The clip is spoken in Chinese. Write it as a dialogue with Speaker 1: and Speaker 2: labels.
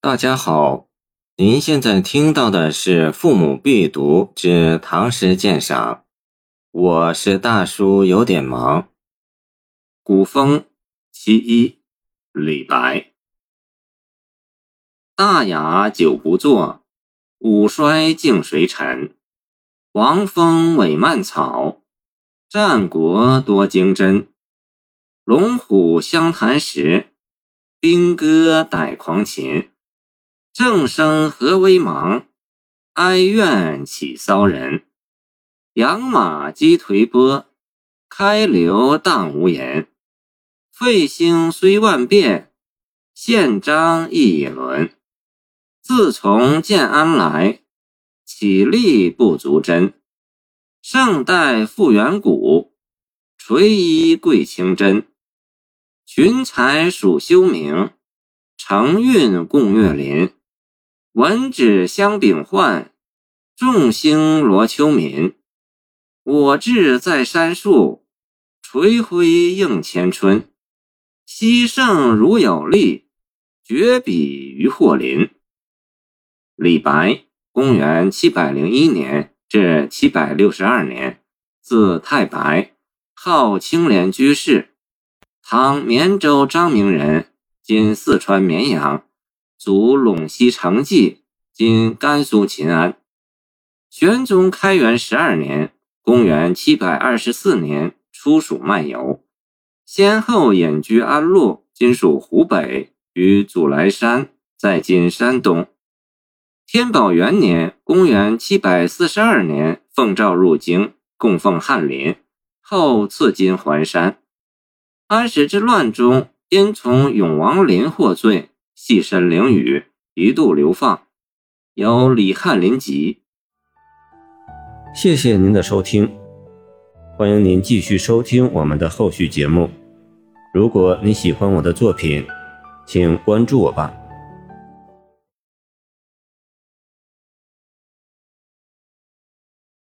Speaker 1: 大家好，您现在听到的是《父母必读之唐诗鉴赏》，我是大叔，有点忙。古风其一，李白。大雅久不作，五衰敬谁臣？王风委蔓草，战国多经真。龙虎相谈时，兵戈待狂禽。正声何为忙，哀怨起骚人。养马击颓波，开流荡无言。废兴虽万变，宪章亦已伦。自从建安来，起立不足真。圣代复远古，垂衣贵清真。群才属修明，承运共岳林。文指相秉焕，众星罗秋民。我志在山树，垂晖映千春。西圣如有力，绝笔于霍林。李白，公元701年至762年，字太白，号青莲居士，唐绵州章明人，今四川绵阳，祖陇西成纪，今甘肃秦安。玄宗开元12年，公元724年，出蜀漫游，先后隐居安陆，今属湖北，与祖来山，在今山东。天宝元年，公元742年，奉诏入京，供奉翰林，后赐金还山。安史之乱中，因从永王林获罪，系身囹圄，一度流放，有《李翰林集》。
Speaker 2: 谢谢您的收听，欢迎您继续收听我们的后续节目。如果你喜欢我的作品，请关注我吧。